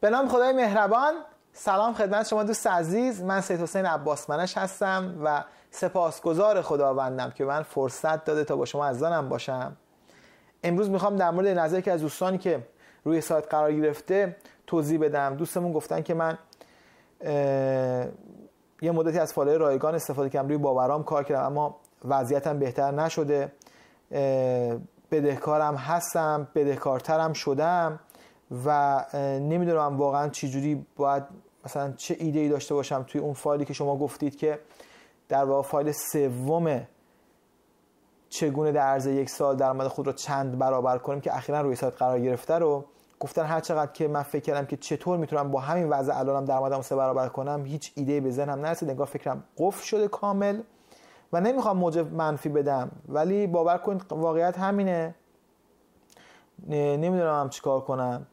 به نام خدای مهربان. سلام خدمت شما دوست عزیز، من سید حسین عباس منش هستم و سپاسگزار خداوندم که من فرصت داده تا با شما عزیزانم باشم. امروز میخوام در مورد نظری که از دوستانی که روی سایت قرار گرفته توضیح بدم. دوستمون گفتن که من یه مدتی از فالای رایگان استفاده کردم، روی باورام کار کردم اما وضعیتم بهتر نشده، بدهکارم هستم، بدهکارترم شدم و نمیدونم واقعا چجوری باید مثلا چه ایده ای داشته باشم توی اون فایلی که شما گفتید که در واقع فایل سوم چگونه در عرض یک سال درآمد خود رو چند برابر کنیم که اخیراً روی سایت قرار گرفته رو گفتن. هر چقدر که من فکر کردم که چطور میتونم با همین وضع الانم درآمدم 3 برابر کنم، هیچ ایده به ذهنم نرسید. انگار فکرم قفل شده کامل و نمیخوام موجب منفی بدم، ولی باور کنید واقعیت همینه. نمیدونم چیکار کنم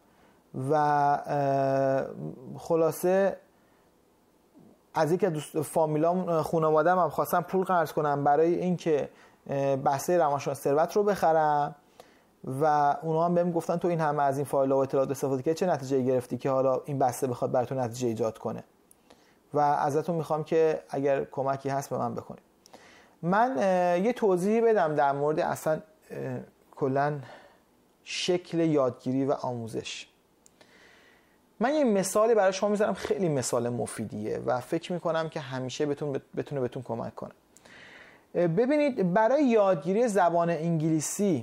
و خلاصه از یکی از فامیلام خانواده‌ام هم خواستم پول قرض کنم برای اینکه بسته روانشناسی ثروت رو بخرم و اونا هم بهم گفتن تو این همه از این فایل‌ها و اطلاعات استفاده کردی، چه نتیجه‌ای گرفتی که حالا این بسته بخواد براتون نتیجه ایجاد کنه و ازتون میخوام که اگر کمکی هست به من بکنید. من یه توضیح بدم در مورد اصلا کلاً شکل یادگیری و آموزش. من یه مثالی برای شما میذارم، خیلی مثال مفیدیه و فکر میکنم که همیشه بتونه بهتون کمک کنه. ببینید، برای یادگیری زبان انگلیسی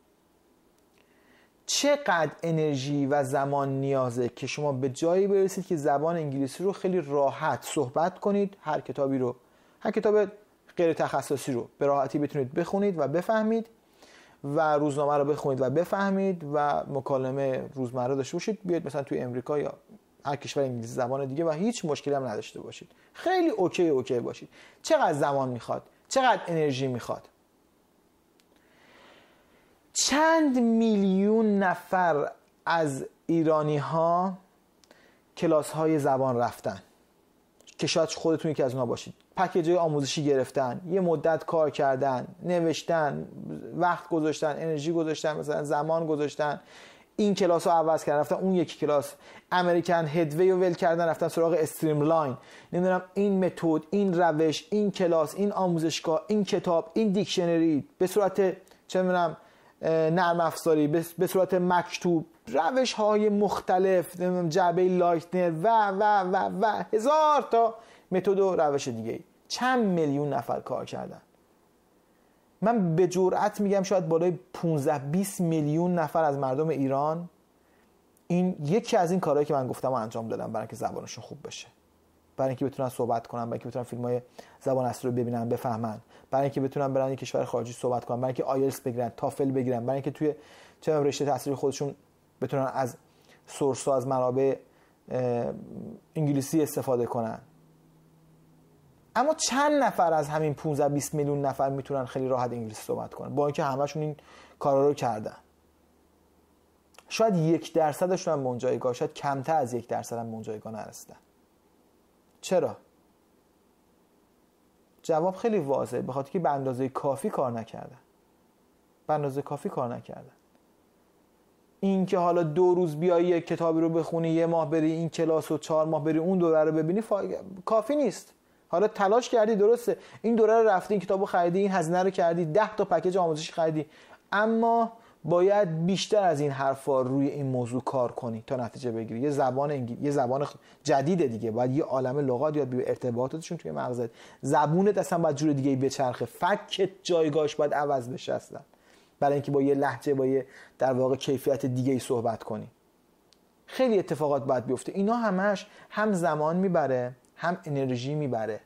چقدر انرژی و زمان نیازه که شما به جایی برسید که زبان انگلیسی رو خیلی راحت صحبت کنید، هر کتاب غیر تخصصی رو به راحتی بتونید بخونید و بفهمید و روزنامه رو بخونید و بفهمید و مکالمه روزمره داشته باشید، بیاید مثلا توی امریکا یا هر کشور انگلیسی زبان دیگه و هیچ مشکلی هم نداشته باشید، خیلی اوکی باشید. چقدر زمان میخواد؟ چقدر انرژی میخواد؟ چند میلیون نفر از ایرانی ها کلاس های زبان رفتن که شاید خودتون یکی از اونها باشید، پکیج آموزشی گرفتن، یه مدت کار کردن، نوشتن، وقت گذاشتن، انرژی گذاشتن، مثلا زمان گذاشتن، این کلاس رو عوض کردن، رفتن اون یکی کلاس، امریکن هدوی رو ول کردن رفتن سراغ استریم لاین، نمیدونم این متد، این روش، این کلاس، این آموزشگاه، این کتاب، این دیکشنری به صورت چه میدونم نرم افزاری، به صورت مکتوب، روش های مختلف، جعبه لایتنر و هزار تا متد و روش دیگه. چند میلیون نفر کار کردن. من به جرئت میگم شاید بالای 15-20 میلیون نفر از مردم ایران این یکی از این کارهایی که من گفتم رو انجام دادن برای اینکه زبانشون خوب بشه، برای اینکه بتونن صحبت کنن، برای اینکه بتونن فیلم‌های زبان اصلی رو ببینن بفهمن، برای اینکه بتونن برن کشور خارجی صحبت کنن، برای اینکه آیلتس بگیرن، تافل بگیرن، برای اینکه توی چه رشته تحصیلی خودشون بتونن از سورس‌ها، از منابع انگلیسی استفاده کنن. اما چند نفر از همین 15-20 میلیون نفر میتونن خیلی راحت انگلیسی صحبت کنن با اینکه همشون این کارا رو کردن؟ شاید 1% هم به اون جایگاه، شاید کمتر از 1% هم به اون جایگاه نرسیدن. چرا؟ جواب خیلی واضحه، به خاطر که به اندازه کافی کار نکردن. این که حالا 2 روز بیایی یک کتابی رو بخونی، 1 ماه بری این کلاس و 4 ماه بری اون دوره رو ببینی کافی نیست. حالا تلاش کردی، درسته، این دوره رو رفتی، این کتابو خریدی، این هزینه رو کردی، 10 تا پکیج آموزشی خریدی، اما باید بیشتر از این حرفا روی این موضوع کار کنی تا نتیجه بگیری. یه زبان جدیده دیگه، باید یه عالمه لغات یاد بگیری، ارتباطاتشون توی مغزت، زبونت اصلا باید جور دیگه‌ای بچرخه، فکت جایگاهش باید عوض بشه اصلا، برای اینکه با یه لهجه، با یه در واقع کیفیت دیگه‌ای صحبت کنی. خیلی اتفاقات باید بیفته. اینا همش هم زمان میبره هم انرژی میبره.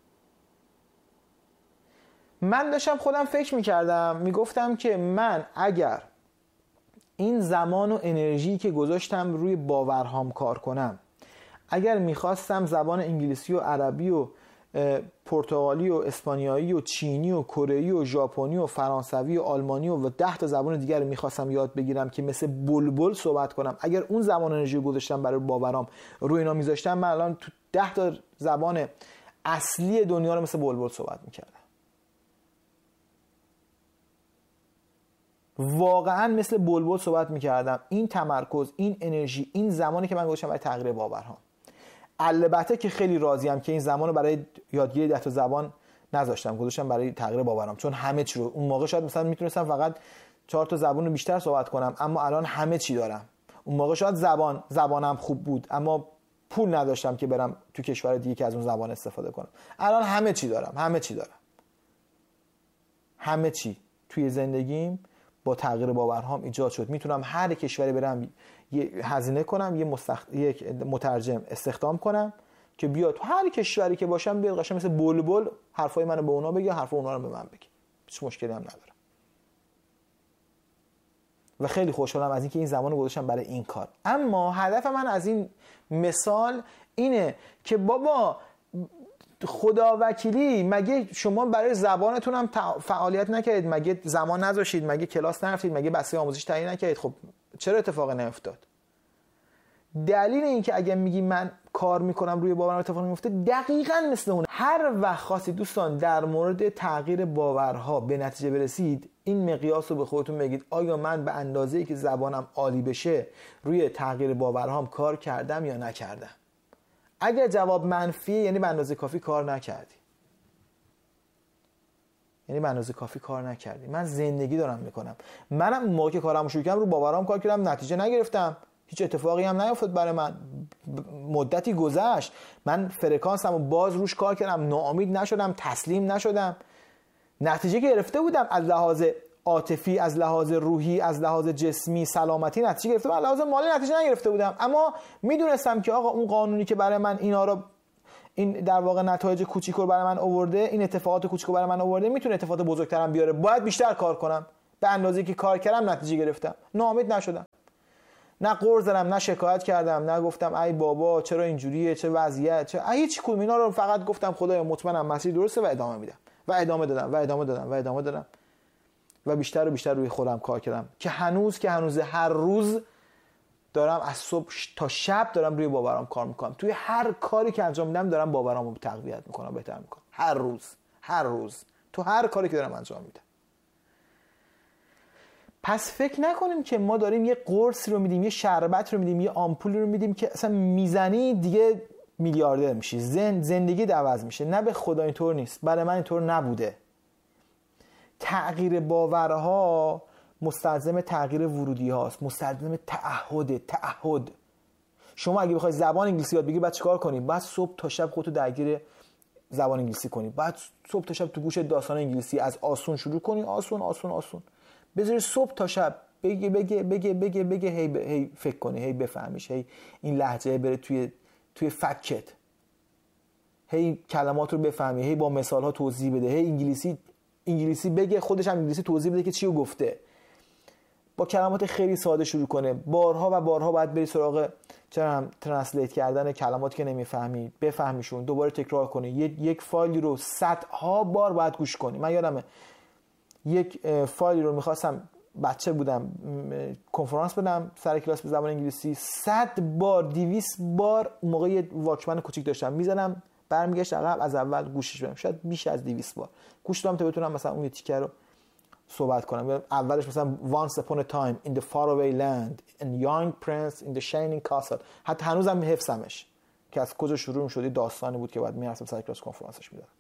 من داشتم خودم فکر میکردم، میگفتم که من اگر این زمان و انرژی که گذاشتم روی باورهام کار کنم، اگر میخواستم زبان انگلیسی و عربی و پرتغالی و اسپانیایی و چینی و کره‌ای و ژاپنی و فرانسوی و آلمانی و 10 تا زبان دیگر میخواستم یاد بگیرم که مثل بلبل صحبت کنم، اگر اون زمان انرژی گذاشتم برای باورام روی اینا میذاشتم، من الان تو 10 تا زبان اصلی دنیا رو مثل بلبل صحبت میکردم. واقعا مثل بلبل صحبت میکردم. این تمرکز، این انرژی، این زمانی که من گذاشتم برای تغییر باورها. البته که خیلی راضیم که این زمانو برای یادگیری 10 تا زبان نذاشتم، گذاشتم برای تغییر باورام، چون همه چی رو اون موقع شاید مثلا میتونستم فقط 4 تا زبان بیشتر صحبت کنم، اما الان همه چی دارم. اون موقع شاید زبانم خوب بود اما پول نداشتم که برم تو کشور دیگه که از اون زبان استفاده کنم. الان همه چی دارم، همه چی توی زندگیم با تغییر باورهام ایجاد شد. میتونم هر کشوری برم یه هزینه کنم، یک مترجم استخدام کنم که بیاد تو هر کشوری که باشم بیاد قشنگ مثل بلبل حرفای منو به اونا بگه، حرف اونا رو به من بگه. هیچ مشکلی هم ندارم. و خیلی خوشحالم از اینکه این زمانو گذاشتم برای این کار. اما هدف من از این مثال اینه که بابا خدا وکیلی، مگه شما برای زبانتون هم فعالیت نکردید؟ مگه زمان نذاشتید؟ مگه کلاس نرفتید؟ مگه بسته آموزش تعیین نکردید؟ خب چرا اتفاق نیفتاد؟ دلیل این که اگه میگی من کار میکنم روی باورم اتفاق نمیفته دقیقاً مثل اون. هر وقت خواستید دوستان در مورد تغییر باورها به نتیجه برسید، این مقیاس رو به خودتون بگید: آیا من به اندازه‌ای که زبانم عالی بشه روی تغییر باورهام کار کردم یا نکردم؟ اگر جواب منفیه یعنی به اندازه کافی کار نکردی. من زندگی دارم میکنم. منم موقعی که کارمو شروع کردم رو باورام کار کردم، نتیجه نگرفتم، هیچ اتفاقی هم نیفتاد برای من. مدتی گذشت، من فرکانسمو باز روش کار کردم، ناامید نشدم، تسلیم نشدم، نتیجه گرفته بودم. از لحاظ عاطفی، از لحاظ روحی، از لحاظ جسمی، سلامتی نتیجه گرفته بودم. از لحاظ مالی نتیجه نگرفته بودم، اما میدونستم که آقا اون قانونی که برای من این در واقع نتایج کوچیکو برای من آورده، این اتفاقات کوچیکو برای من آورده، میتونه اتفاقات بزرگترم بیاره. باید بیشتر کار کنم. به اندازه‌ای که کار کردم نتیجه گرفتم. ناامید نشدم. نه قرض زدم، نه شکایت کردم، نه گفتم ای بابا چرا اینجوریه، چه وضعیت، هیچ کدوم اینا رو. فقط گفتم خدایا مطمئنم مسیر درسته و ادامه میدم. و ادامه دادم و بیشتر و بیشتر روی خودم کار کردم که هنوز هر روز دارم از صبح تا شب دارم روی باورام کار میکنم. توی هر کاری که انجام میدم دارم باورامو تقویت میکنم، بهتر میکنم. هر روز تو هر کاری که دارم انجام میدم. پس فکر نکنیم که ما داریم یه قرص رو میدیم، یه شربت رو میدیم، یه آمپول رو میدیم که اصلا میزنی دیگه میلیاردر میشی، زندگی عوض میشه. نه به خدا اینطور نیست. برای من اینطور نبوده. تغییر باورها مستلزم تغییر ورودی هاست، مستلزم تعهد. شما اگه بخوای زبان انگلیسی یاد بگیری، بعد چیکار کنی؟ بعد صبح تا شب خودتو درگیر زبان انگلیسی کنی. بعد صبح تا شب تو گوش داستان انگلیسی از آسون شروع کنی، آسون بذاری صبح تا شب بگه هی فکر کنی، هی بفهمیش، هی این لهجه بره توی فکت، هی کلمات رو بفهمی، هی با مثال ها توضیح بده، هی انگلیسی بگه، خودش هم انگلیسی توضیح بده که چی رو گفته. با کلمات خیلی ساده شروع کنه. بارها و بارها باید بری سراغ ترنسلیت کردن کلماتی که نمیفهمی، بفهمیشون، دوباره تکرار کنی. یک فایلی رو صدها بار باید گوش کنی. من یادمه یک فایلی رو میخواستم، بچه بودم، کنفرانس بدم سر کلاس به زبان انگلیسی، 100 بار 200 بار اون موقع یه واکمن کوچیک داشتم، میزدم برمیگشت عقب، از اول گوشش بدم، شاید بیش از 200 بار گوش دادم تا بتونم مثلا اون تیکه رو صحبت کنم. اولش مثلا once upon a time in the faraway land and young prince in the shining castle، حتی هنوزم حفظمش که از کجا شروع شد. داستانی بود که بعد میرفتم سر کلاس کنفرانسش میدادم.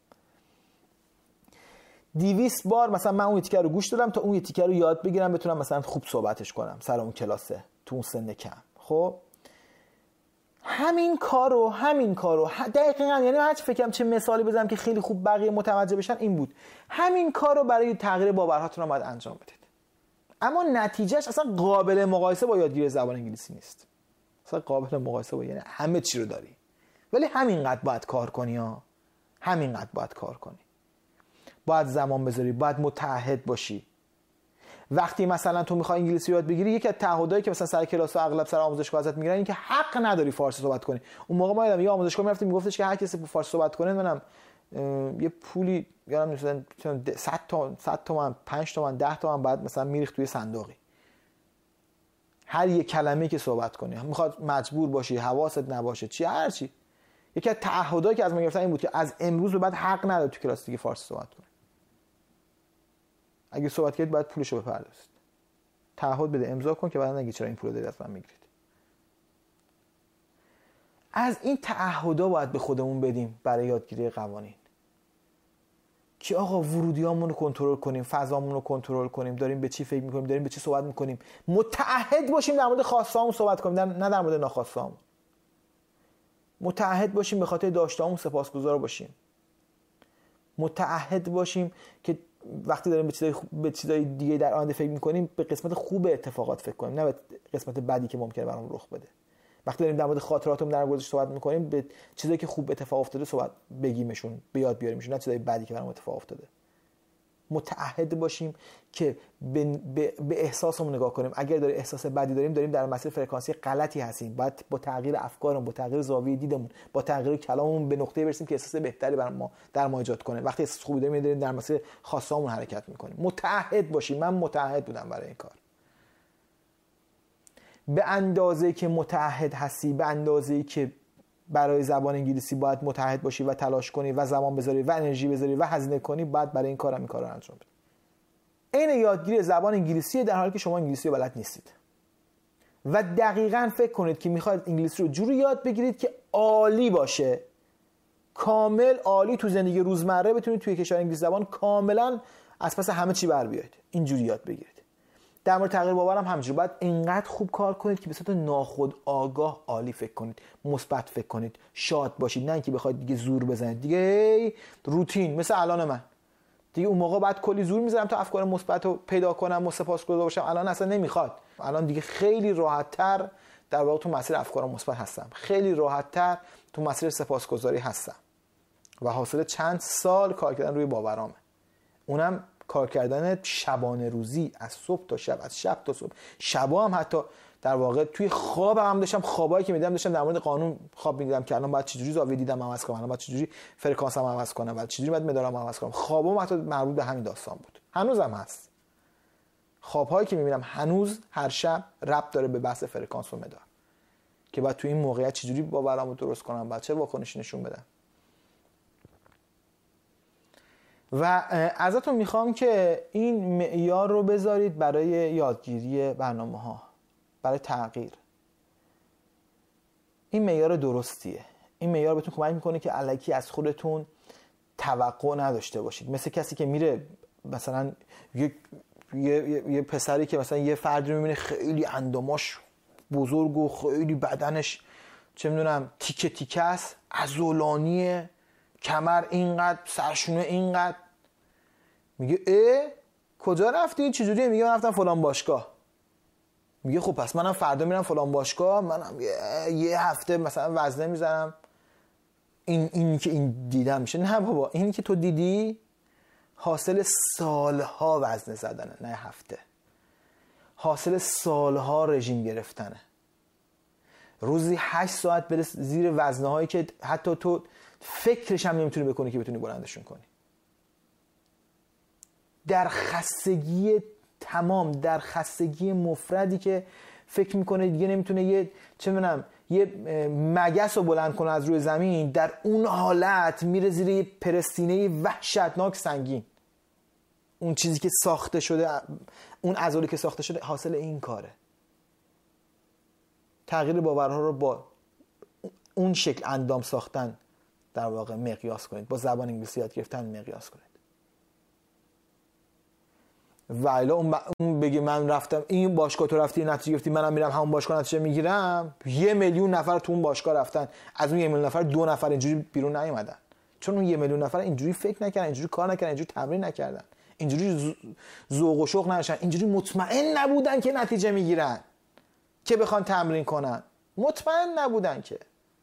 200 بار مثلا من اون تیکه رو گوش دادم تا اون تیکه رو یاد بگیرم، بتونم مثلا خوب صحبتش کنم سر اون کلاسه تو اون سن کم. خب همین کارو دقیقاً، یعنی هر چی فکرم چه مثالی بزنم که خیلی خوب بقیه متوجه بشن این بود. همین کارو برای تغییر باورهاتون هم باید انجام بدید. اما نتیجهش اصلا قابل مقایسه با یادگیری زبان انگلیسی نیست. اصلا قابل مقایسه با، یعنی همه چی رو داری ولی همینقدر باید کار کنی باید زمان بذاری، باید متعهد باشی. وقتی مثلا تو میخوای انگلیسی یاد بگیری، یکی از تعهدایی که مثلا سر کلاس‌ها اغلب سر آموزشگاه ازت میگیرن این که حق نداری فارسی صحبت کنی. اون موقع ما یادم یه آموزشگاه میرفتیم میگفتش که هر کسی فارسی صحبت کنه منم یه پولی یادم مثلا 100 تومن 5 تومن 10 تومن بعد مثلا میریخت توی صندوقی. هر یک کلمه‌ای که صحبت کنی میخواد مجبور باشی، حواست نباشه، چی هر چی. یکی از تعهدایی که از ما گرفتن این بود که از امروز به بعد حق نداری تو کلاس دیگه فارسی صحبت کنی. اگه صحبت کردید باید پولشو بپردازید. تعهد بده، امضا کن که بعدا نگی چرا این پول دارید از من میگیرید. از این تعهدها باید به خودمون بدیم برای یادگیری قوانین، که آقا ورودیامون رو کنترل کنیم، فضامون رو کنترل کنیم، داریم به چی فکر میکنیم، داریم به چی صحبت میکنیم، متعهد باشیم در مورد خواستهامون صحبت کنیم، نه در مورد ناخواستهامون. متعهد باشیم به خاطر داشتهامون سپاسگزار باشیم. متعهد باشیم که وقتی داریم به چیزای دیگه در آینده فکر میکنیم به قسمت خوب اتفاقات فکر کنیم، نه به قسمت بدی که ممکنه برامون رخ بده. وقتی داریم در مورد خاطراتمون در گذشته صحبت میکنیم به چیزایی که خوب اتفاق افتاده صحبت بگیمشون، به یاد بیاریمشون، نه چیزای بدی که برامون اتفاق افتاده. متعهد باشیم که به احساسمون نگاه کنیم. اگر داره احساس بدی داریم در مسیر فرکانسی غلطی هستیم. باید با تغییر افکارمون، با تغییر زاویه دیدمون، با تغییر کلاممون به نقطه‌ای برسیم که احساس بهتری در ما ایجاد کنه. وقتی احساس خوبی داریم در مسیر خواستهامون حرکت میکنیم. متعهد باشیم. من متعهد بودم برای این کار. به اندازه‌ای که متعهد هستی، به اندازه‌ای که برای زبان انگلیسی باید متعهد باشی و تلاش کنی و زمان بذاری و انرژی بذاری و هزینه کنی، باید برای این کار رو انجام بدی. این یادگیری زبان انگلیسی در حالی که شما انگلیسی رو بلد نیستید و دقیقاً فکر کنید که میخواید انگلیسی رو جوری یاد بگیرید که عالی باشه، کامل عالی، تو زندگی روزمره بتونید توی کشور انگلیسی زبان کاملاً از پس همه چی بر بیایید. اینجوری یاد بگیرید. در مورد تغییر باورم همینجوری باید اینقدر خوب کار کنید که به صورت ناخودآگاه عالی فکر کنید، مثبت فکر کنید، شاد باشید، نه اینکه بخواید دیگه زور بزنید. دیگه روتین مثل الان من دیگه، اون موقع بعد کلی زور می‌زدم تا افکار مثبت رو پیدا کنم و سپاسگزار باشم. الان اصلا نمیخواد. الان دیگه خیلی راحت‌تر در واقع تو مسیر افکار مثبت هستم، خیلی راحت‌تر تو مسیر سپاسگزاری هستم و حاصل چند سال کار کردن روی باورامه. اونم کار کردن شبانه روزی، از صبح تا شب، از شب تا صبح. شبا هم حتی در واقع توی خوابم هم داشتم، خوابایی که میدیدم داشتم در مورد قانون خواب میدیدم که الان باید چجوری زاویه دیدم عوض کنم، الان باید چجوری فرکانسم عوض کنم، بعد چجوری باید مدارم عوض کنم. خوابم حتی مربوط به همین داستان بود. هنوزم هست. خوابایی که میبینم هنوز هر شب ربط داره به بحث فرکانس و مدار، که بعد تو این موقعیت چجوری باورامو درست کنم، بعد چه واکنشی نشون بدم. و ازتون میخوام که این معیار رو بذارید برای یادگیری برنامه‌ها، برای تغییر. این معیار درستیه. این معیار بهتون کمک میکنه که الکی از خودتون توقع نداشته باشید. مثل کسی که میره مثلا یه پسری که مثلا یه فردی رو میبینه خیلی انداماش بزرگ و خیلی بدنش چه میدونم تیکه تیکه است، عضلانیه، کمر اینقدر، سرشونه اینقدر، میگه کجا رفتی؟ چجوریه؟ میگه من رفتم فلان باشگاه. میگه خب پس منم فردا میرم فلان باشگاه، منم یه هفته مثلا وزنه میزنم. این که این دیدم میشه. نه بابا، اینی که تو دیدی حاصل سالها وزنه زدنه، نه هفته. حاصل سالها رژیم گرفتنه. روزی 8 ساعت بره زیر وزنه هایی که حتی تو فکرش هم نمیتونی بکنی که بتونی بلندشون کنی. در خستگی تمام، در خستگی مفردی که فکر میکنه دیگه نمیتونه یه مگس رو بلند کنه از روی زمین، در اون حالت میره زیر یه پرستینه وحشتناک سنگین. اون چیزی که ساخته شده، اون عضله که ساخته شده، حاصل این کاره. تغییر باورها رو با اون شکل اندام ساختن در واقع مقیاس کنید، با زبان انگلیسی یاد گرفتن مقیاس کنید. و الا اون بگه من رفتم این باشگاه، تو رفتی نتیجه گرفتی، منم میرم همون باشگاه نتیجه میگیرم. 1 میلیون نفر تو اون باشگاه رفتن، از اون 1 میلیون نفر 2 نفر اینجوری بیرون نیومدن، چون اون 1 میلیون نفر اینجوری فکر نکردن، اینجوری کار نکردن، اینجوری تمرین نکردن، اینجوری ذوق و شوق نداشتن، اینجوری مطمئن نبودن که نتیجه میگیرن که بخوان تمرین کنن. مطمئن نبودن که.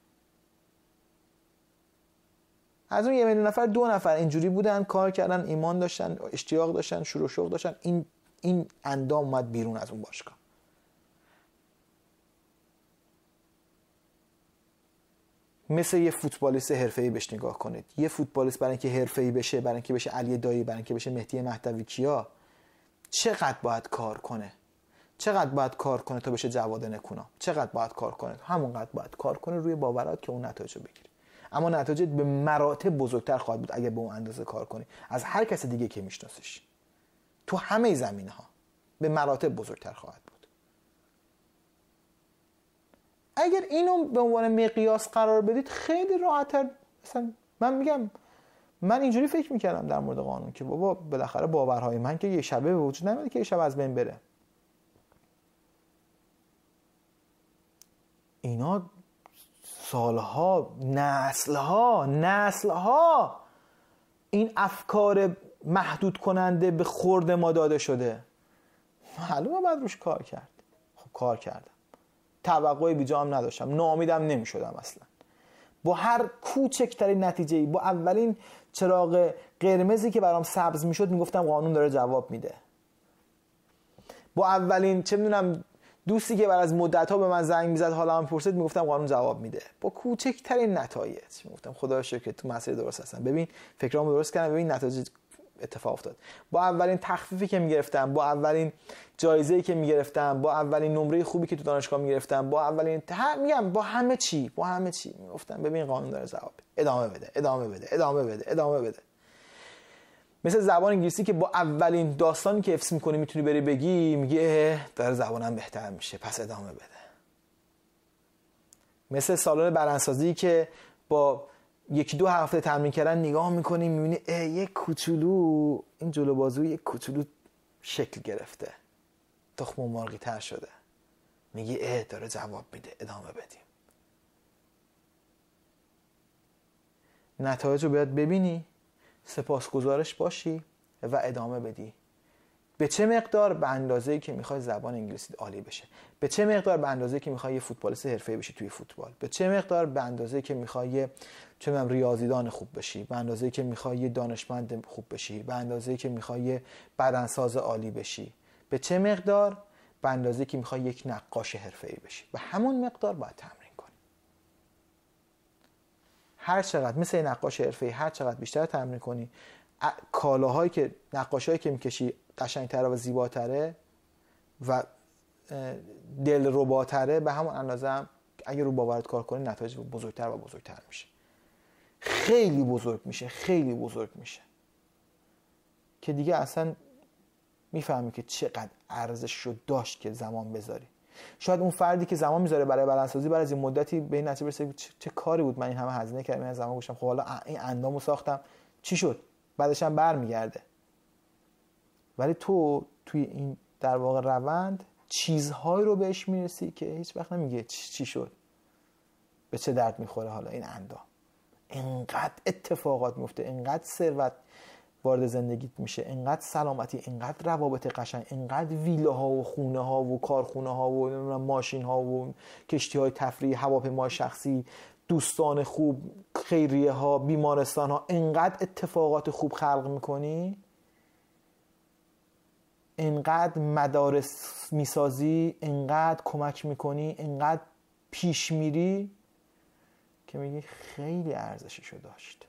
از اون 1 میلیون نفر 2 نفر اینجوری بودن، کار کردن، ایمان داشتن، اشتیاق داشتن، شور و شوق داشتن. این اندام اومد بیرون از اون باشگاه. مثل یه فوتبالیست حرفه‌ای بهش نگاه کنید. یه فوتبالیست برای اینکه حرفه‌ای بشه، برای اینکه بشه علی دایی، برای اینکه بشه مهدی مهدوی کیا، چقدر باید کار کنه؟ چقدر باید کار کنه تا بشه جواد نکونا؟ چقدر باید کار کنه؟ همونقدر باید کار کنه روی باورات که اون نتایج رو بگیری. اما نتایج به مراتب بزرگتر خواهد بود اگه به اون اندازه کار کنی از هر کس دیگه که میشناسیش، تو همه زمینه‌ها. به مراتب بزرگتر خواهد بود. اگر اینو به عنوان مقیاس قرار بدید خیلی راحت‌تر. مثلا من میگم من اینجوری فکر میکردم در مورد قانون که بابا بالاخره باورهای من که یه شبه به وجود نمیاد که یه شب از بین بره. اینا سالها، نسلها این افکار محدود کننده به خورد ما داده شده. معلومه باید روش کار کرد. خب کار کردم، توقعی بیجا هم نداشتم، ناامیدم نمیشدم اصلا. با هر کوچکترین نتیجه‌ای، با اولین چراغ قرمزی که برام سبز میشد میگفتم قانون داره جواب میده. با اولین چه میدونم دوستی که بعد از مدت‌ها به من زنگ میزد حالا هم پرسید میگفتم قانون جواب میده. با کوچکترین نتایج میگفتم خدا رو شکر که تو مسیر درست هستم. ببین فکرامو درست کردم، ببین نتایج اتفاق افتاد. با اولین تخفیفی که میگرفتم، با اولین جایزه‌ای که میگرفتم، با اولین نمره خوبی که تو دانشگاه میگرفتم، با اولین میگم با همه چی میگفتم ببین قانون داره جواب ادامه بده. مثل زبان انگلیسی که با اولین داستانی که حفظ می‌کنی میتونی بری بگی، میگه داره زبانم بهتر میشه پس ادامه بده. مثل سالن بدنسازی که با یکی دو هفته تمرین کردن نگاه می‌کنی می‌بینی یک کوچولو این جلو بازو یک کوچولو شکل گرفته، تخم مرغی تر شده، میگی داره جواب میده ادامه بدیم. نتایج رو باید ببینی، سپاسگزارش باشی و ادامه بدی. به چه مقدار؟ به اندازه‌ای که میخوای زبان انگلیسی عالی بشه. به چه مقدار؟ به اندازه‌ای که میخوای یه فوتبالیست حرفه‌ای بشی توی فوتبال. به چه مقدار؟ به اندازه‌ای که میخوای ریاضیدان خوب بشی. به اندازه‌ای که میخوای یه دانشمند خوب بشی. به اندازه‌ای که میخوای بدنساز عالی بشی. به چه مقدار؟ به اندازه‌ای که میخوای یک نقاش حرفه‌ای بشی. به همون مقدار باید تمرین کنی. هر چقدر مثل نقاش حرفه‌ای هر چقدر بیشتر تمرین کنی، کالاهایی که نقاشایی که میکشی قشنگ‌تره و زیباتره و دلرباتره، به همون اندازه هم اگه رو باورت کار کنی نتایج بزرگتر و بزرگتر میشه. خیلی بزرگ میشه که دیگه اصلا میفهمی که چقدر ارزششو داشت که زمان بذاری. شاید اون فردی که زمان میذاره برای بدنسازی بعد از این مدتی به این نتیجه برسه چه کاری بود من این همه هزینه کردم، این زمان گوشم، خب حالا این اندامو ساختم چی شد؟ بعدش هم برمیگرده. ولی تو توی این در واقع روند چیزهایی رو بهش میرسی که هیچ وقت نمیگه چی شد، به چه درد میخوره حالا این اندام. اینقدر اتفاقات میفته، اینقدر ثروت وارد زندگیت میشه، اینقدر سلامتی، اینقدر روابط قشنگ، اینقدر ویلاها و خونه ها و کارخونه ها و ماشین ها و کشتی های تفریحی، هواپیمای شخصی، دوستان خوب، خیریه ها، بیمارستان ها، اینقدر اتفاقات خوب خلق میکنی، اینقدر مدارس میسازی، اینقدر کمک میکنی، اینقدر پیش میری که میگی خیلی ارزششو داشت.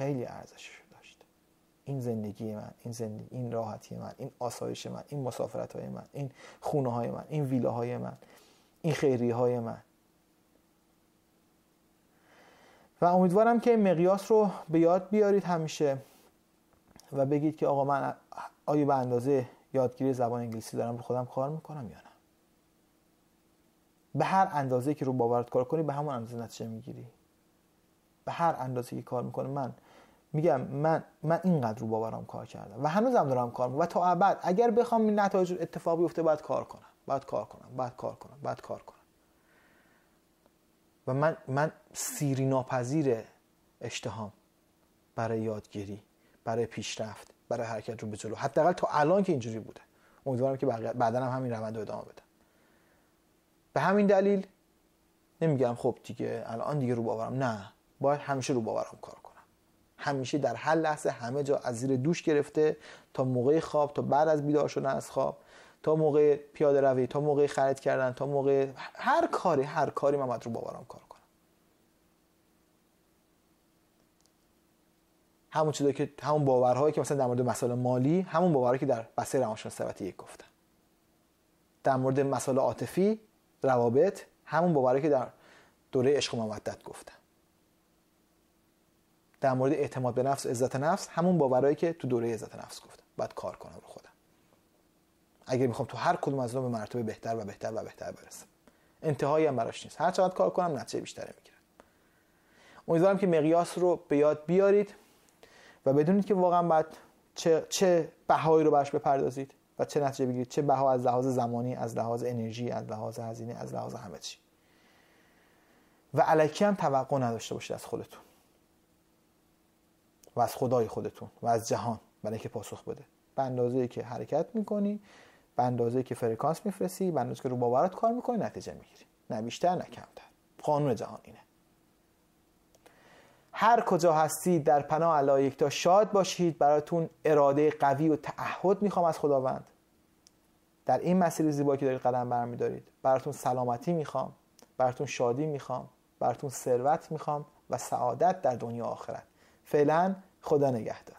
این زندگی من، این راحتی من، این آسایش من، این مسافرت‌های من، این خونه‌های من، این ویلاهای من، این خیریه‌های من. و امیدوارم که مقیاس رو به یاد بیارید همیشه و بگید که آقا من آیا به اندازه یادگیری زبان انگلیسی دارم رو خودم کار میکنم یا نه. به هر اندازه که رو باورت کار کنی به همون اندازه نتیجه میگیری. به هر اندازه که کار میکنه من میگم من اینقدر رو باورم کار کردم و هنوزم دارم کار میکنم و تا ابد اگر بخوام این نتایج اتفاق بیفته باید کار کنم. و من سیری ناپذیر اشتهام برای یادگیری، برای پیشرفت، برای حرکت رو به جلو، حداقل تا الان که اینجوری بوده. امیدوارم که بعداً هم همین روند رو ادامه بدم. به همین دلیل نمیگم خب دیگه الان دیگه رو باورم، نه، باید همیشه رو باورم کار کنم. همیشه در هر لحظه همه جا از زیر دوش گرفته تا موقع خواب، تا بعد از بیدار شدن از خواب، تا موقع پیاده روی، تا موقع خرید کردن، تا موقع هر کاری من باید رو باورم کار کنم. همون چیزایی که همون باورهایی که مثلا در مورد مسائل مالی، همون باورهایی که در بحث روانشناسی ثروتی 1 گفتم. در مورد مسائل عاطفی، روابط، همون باورهایی که در دوره عشق و مودت گفتم. در مورد اعتماد به نفس و عزت نفس، همون باورهایی که تو دوره عزت نفس گفتم. باید کار کنم رو خودم. اگه میخوام تو هر کدوم از اونها به مرتبه بهتر و بهتر و بهتر برسم. انتهایی هم براش نیست. هر چقدر کار کنم نتیجه بیشتری میگیرم. امیدوارم که مقیاس رو به یاد بیارید و بدونید که واقعا باید چه بهایی رو براش بپردازید و چه نتیجه بگیرید. چه بها از لحاظ زمانی، از لحاظ انرژی، از لحاظ هزینه، از لحاظ همه چی. و الکی هم توقع نداشته باشید از خودتون و از خدای خودتون و از جهان برای اینکه پاسخ بده. به اندازه‌ای که حرکت میکنی، به اندازه‌ای که فرکانس میفرستی، به اندازه‌ای که رو باورت کار میکنی نتیجه میگیری. نه بیشتر نه کمتر. قانون جهان اینه. هر کجا هستید در پناه الله یکتا شاد باشید. براتون اراده قوی و تعهد میخوام از خداوند در این مسیر زیبایی که دارید قدم برمی‌دارید. براتون سلامتی میخوام، براتون شادی میخوام، براتون ثروت میخوام و سعادت در دنیا و آخرت. فعلا خدا نگهدار.